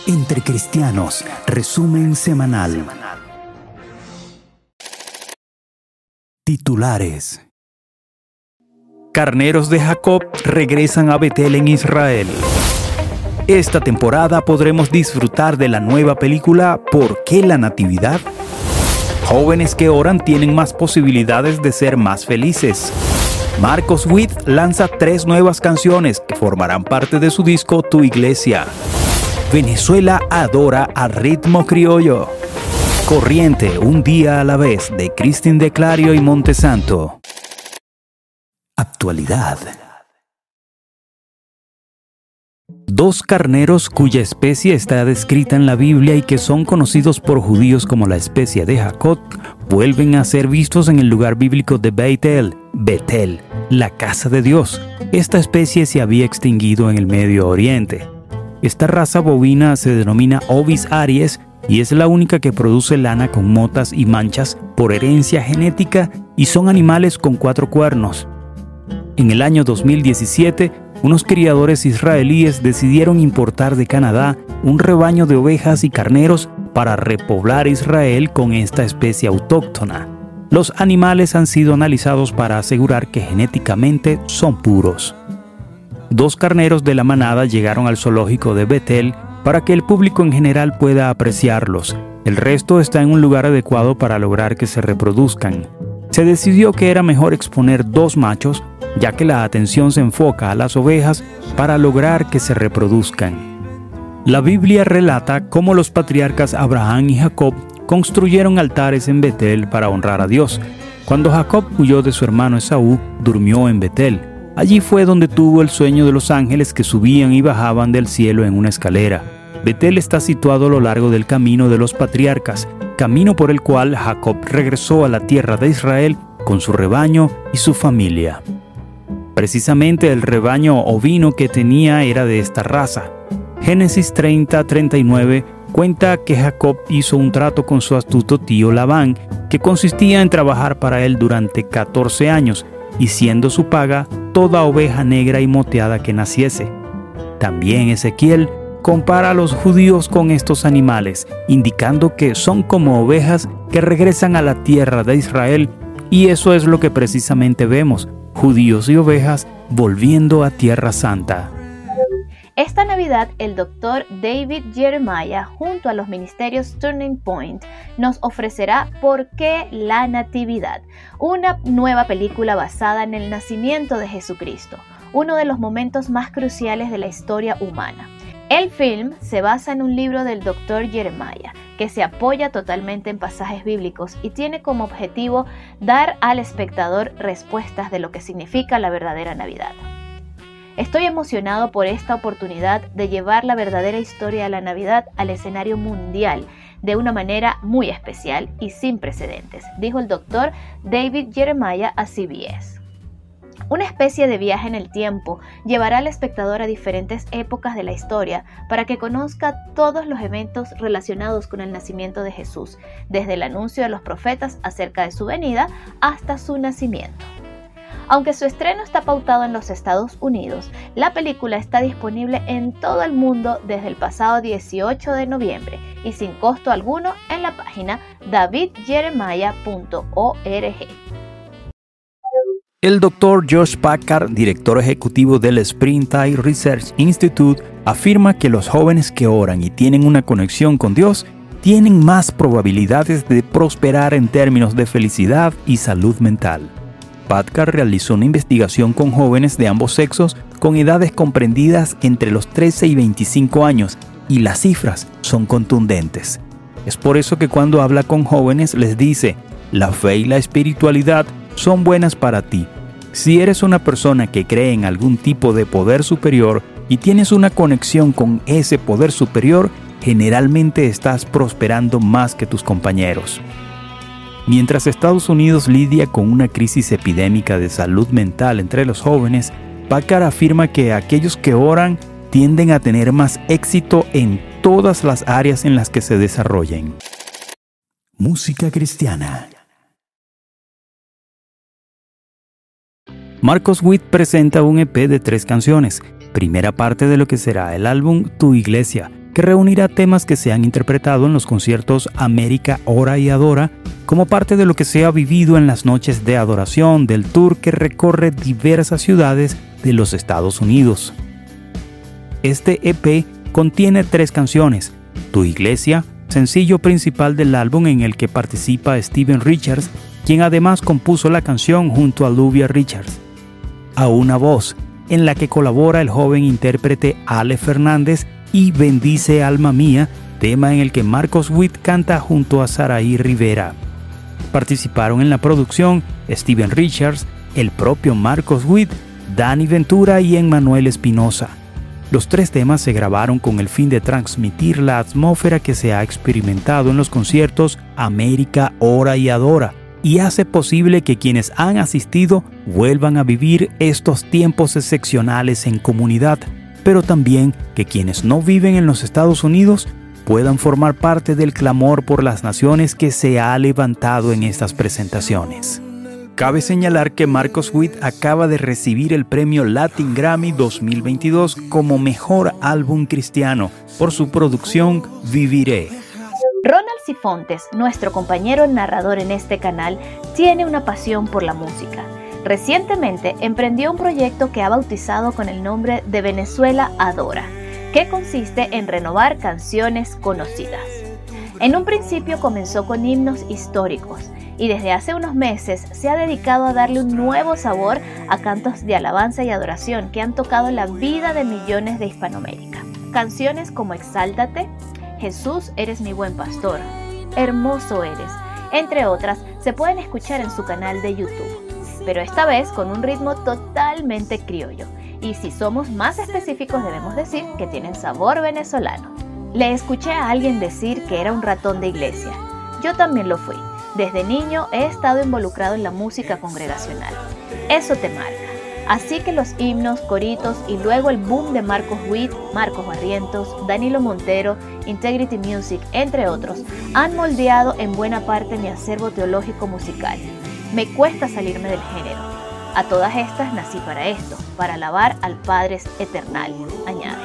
Entre Cristianos, resumen semanal. Titulares. Carneros de Jacob regresan a Betel en Israel. Esta temporada podremos disfrutar de la nueva película ¿Por qué la Natividad? Jóvenes que oran tienen más posibilidades de ser más felices. Marcos Witt lanza 3 nuevas canciones que formarán parte de su disco Tu Iglesia. Venezuela adora al ritmo criollo. Corriente, un día a la vez, de Cristín de Clario y Montesanto. Actualidad. 2 carneros cuya especie está descrita en la Biblia y que son conocidos por judíos como la especie de Jacob, vuelven a ser vistos en el lugar bíblico de Betel, la casa de Dios. Esta especie se había extinguido en el Medio Oriente. Esta raza bovina se denomina Ovis aries y es la única que produce lana con motas y manchas por herencia genética y son animales con 4 cuernos. En el año 2017, unos criadores israelíes decidieron importar de Canadá un rebaño de ovejas y carneros para repoblar Israel con esta especie autóctona. Los animales han sido analizados para asegurar que genéticamente son puros. 2 carneros de la manada llegaron al zoológico de Betel para que el público en general pueda apreciarlos. El resto está en un lugar adecuado para lograr que se reproduzcan. Se decidió que era mejor exponer 2 machos, ya que la atención se enfoca a las ovejas para lograr que se reproduzcan. La Biblia relata cómo los patriarcas Abraham y Jacob construyeron altares en Betel para honrar a Dios. Cuando Jacob huyó de su hermano Esaú, durmió en Betel. Allí fue donde tuvo el sueño de los ángeles que subían y bajaban del cielo en una escalera. Betel está situado a lo largo del camino de los patriarcas, camino por el cual Jacob regresó a la tierra de Israel con su rebaño y su familia. Precisamente el rebaño ovino que tenía era de esta raza. Génesis 30:39 cuenta que Jacob hizo un trato con su astuto tío Labán, que consistía en trabajar para él durante 14 años, y siendo su paga toda oveja negra y moteada que naciese. También Ezequiel compara a los judíos con estos animales, indicando que son como ovejas que regresan a la tierra de Israel, y eso es lo que precisamente vemos, judíos y ovejas volviendo a Tierra Santa. Esta Navidad, el Dr. David Jeremiah, junto a los ministerios Turning Point, nos ofrecerá ¿Por qué la Natividad?, una nueva película basada en el nacimiento de Jesucristo, uno de los momentos más cruciales de la historia humana. El film se basa en un libro del Dr. Jeremiah, que se apoya totalmente en pasajes bíblicos y tiene como objetivo dar al espectador respuestas de lo que significa la verdadera Navidad. Estoy emocionado por esta oportunidad de llevar la verdadera historia de la Navidad al escenario mundial de una manera muy especial y sin precedentes, dijo el Dr. David Jeremiah a CBS. Una especie de viaje en el tiempo llevará al espectador a diferentes épocas de la historia para que conozca todos los eventos relacionados con el nacimiento de Jesús, desde el anuncio de los profetas acerca de su venida hasta su nacimiento. Aunque su estreno está pautado en los Estados Unidos, la película está disponible en todo el mundo desde el pasado 18 de noviembre y sin costo alguno en la página davidjeremiah.org. El Dr. Josh Packard, director ejecutivo del Springtime Research Institute, afirma que los jóvenes que oran y tienen una conexión con Dios tienen más probabilidades de prosperar en términos de felicidad y salud mental. Packard realizó una investigación con jóvenes de ambos sexos con edades comprendidas entre los 13 y 25 años y las cifras son contundentes. Es por eso que cuando habla con jóvenes les dice, la fe y la espiritualidad son buenas para ti. Si eres una persona que cree en algún tipo de poder superior y tienes una conexión con ese poder superior, generalmente estás prosperando más que tus compañeros. Mientras Estados Unidos lidia con una crisis epidémica de salud mental entre los jóvenes, Packard afirma que aquellos que oran tienden a tener más éxito en todas las áreas en las que se desarrollen. Música cristiana. Marcos Witt presenta un EP de 3 canciones, primera parte de lo que será el álbum Tu Iglesia, que reunirá temas que se han interpretado en los conciertos América Ora y Adora como parte de lo que se ha vivido en las noches de adoración del tour que recorre diversas ciudades de los Estados Unidos. Este EP contiene 3 canciones: Tu Iglesia, sencillo principal del álbum en el que participa Steven Richards, quien además compuso la canción junto a Lluvia Richards; A Una Voz, en la que colabora el joven intérprete Ale Fernández; y Bendice Alma Mía, tema en el que Marcos Witt canta junto a Saraí Rivera. Participaron en la producción Steven Richards, el propio Marcos Witt, Dani Ventura y Emmanuel Espinosa. Los 3 temas se grabaron con el fin de transmitir la atmósfera que se ha experimentado en los conciertos América Ora y Adora, y hace posible que quienes han asistido vuelvan a vivir estos tiempos excepcionales en comunidad, pero también que quienes no viven en los Estados Unidos puedan formar parte del clamor por las naciones que se ha levantado en estas presentaciones. Cabe señalar que Marcos Witt acaba de recibir el premio Latin Grammy 2022 como Mejor Álbum Cristiano por su producción Viviré. Ronald Sifontes, nuestro compañero narrador en este canal, tiene una pasión por la música. Recientemente emprendió un proyecto que ha bautizado con el nombre de Venezuela Adora, que consiste en renovar canciones conocidas. En un principio comenzó con himnos históricos y desde hace unos meses se ha dedicado a darle un nuevo sabor a cantos de alabanza y adoración que han tocado la vida de millones de Hispanoamérica. Canciones como Exáltate, Jesús eres mi buen pastor, Hermoso eres, entre otras, se pueden escuchar en su canal de YouTube, pero esta vez con un ritmo totalmente criollo. Y si somos más específicos debemos decir que tienen sabor venezolano. Le escuché a alguien decir que era un ratón de iglesia. Yo también lo fui. Desde niño he estado involucrado en la música congregacional. Eso te marca. Así que los himnos, coritos y luego el boom de Marcos Witt, Marcos Barrientos, Danilo Montero, Integrity Music, entre otros, han moldeado en buena parte mi acervo teológico musical. Me cuesta salirme del género. A todas estas nací para esto, para alabar al Padre Eternal, añade.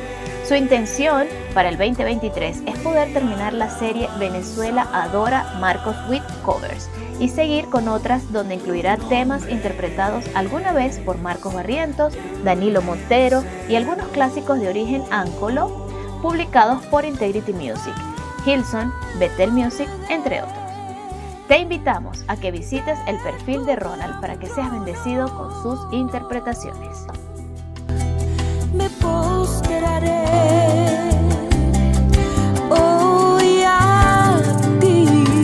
Su intención para el 2023 es poder terminar la serie Venezuela Adora Marcos Witt Covers y seguir con otras donde incluirá temas interpretados alguna vez por Marcos Barrientos, Danilo Montero y algunos clásicos de origen áncolo publicados por Integrity Music, Hillsong, Bethel Music, entre otros. Te invitamos a que visites el perfil de Ronald para que seas bendecido con sus interpretaciones. Me postraré hoy a ti.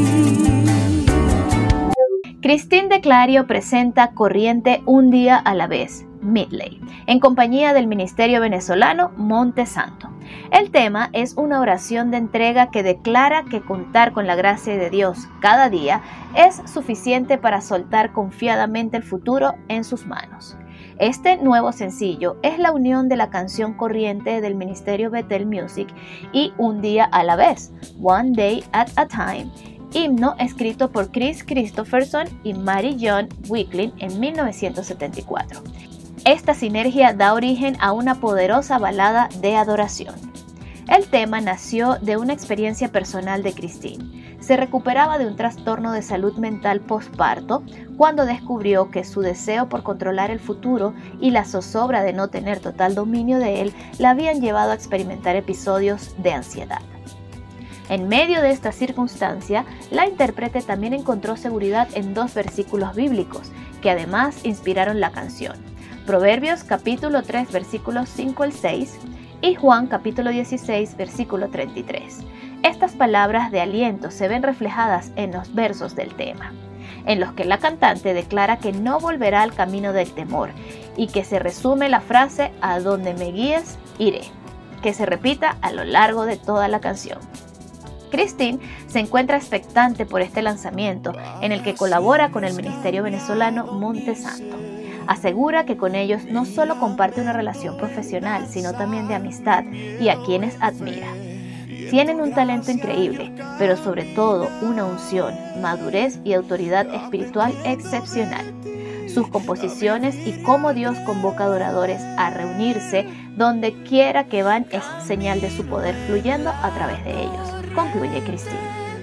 Christine de Clario presenta Corriente un día a la vez, Midley, en compañía del Ministerio Venezolano Monte Santo. El tema es una oración de entrega que declara que contar con la gracia de Dios cada día es suficiente para soltar confiadamente el futuro en sus manos. Este nuevo sencillo es la unión de la canción Corriente del Ministerio Bethel Music y Un día a la vez, One Day at a Time, himno escrito por Chris Christopherson y Mary John Wicklin en 1974. Esta sinergia da origen a una poderosa balada de adoración. El tema nació de una experiencia personal de Christine. Se recuperaba de un trastorno de salud mental postparto cuando descubrió que su deseo por controlar el futuro y la zozobra de no tener total dominio de él la habían llevado a experimentar episodios de ansiedad. En medio de esta circunstancia, la intérprete también encontró seguridad en 2 versículos bíblicos que además inspiraron la canción. Proverbios capítulo 3 versículos 5 al 6 y Juan capítulo 16 versículo 33. Estas palabras de aliento se ven reflejadas en los versos del tema, en los que la cantante declara que no volverá al camino del temor y que se resume la frase "a donde me guíes, iré", que se repita a lo largo de toda la canción. Christine se encuentra expectante por este lanzamiento en el que colabora con el Ministerio Venezolano Monte Santo. Asegura que con ellos no solo comparte una relación profesional, sino también de amistad y a quienes admira. Tienen un talento increíble, pero sobre todo una unción, madurez y autoridad espiritual excepcional. Sus composiciones y cómo Dios convoca adoradores a reunirse Donde quiera que van es señal de su poder fluyendo a través de ellos, concluye Cristina.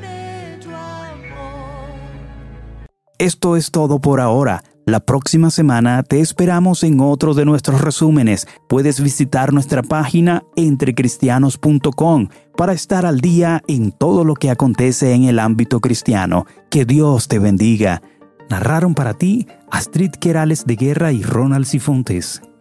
Esto es todo por ahora. La próxima semana te esperamos en otro de nuestros resúmenes. Puedes visitar nuestra página entrecristianos.com para estar al día en todo lo que acontece en el ámbito cristiano. Que Dios te bendiga. Narraron para ti Astrid Querales de Guerra y Ronald Cifuentes.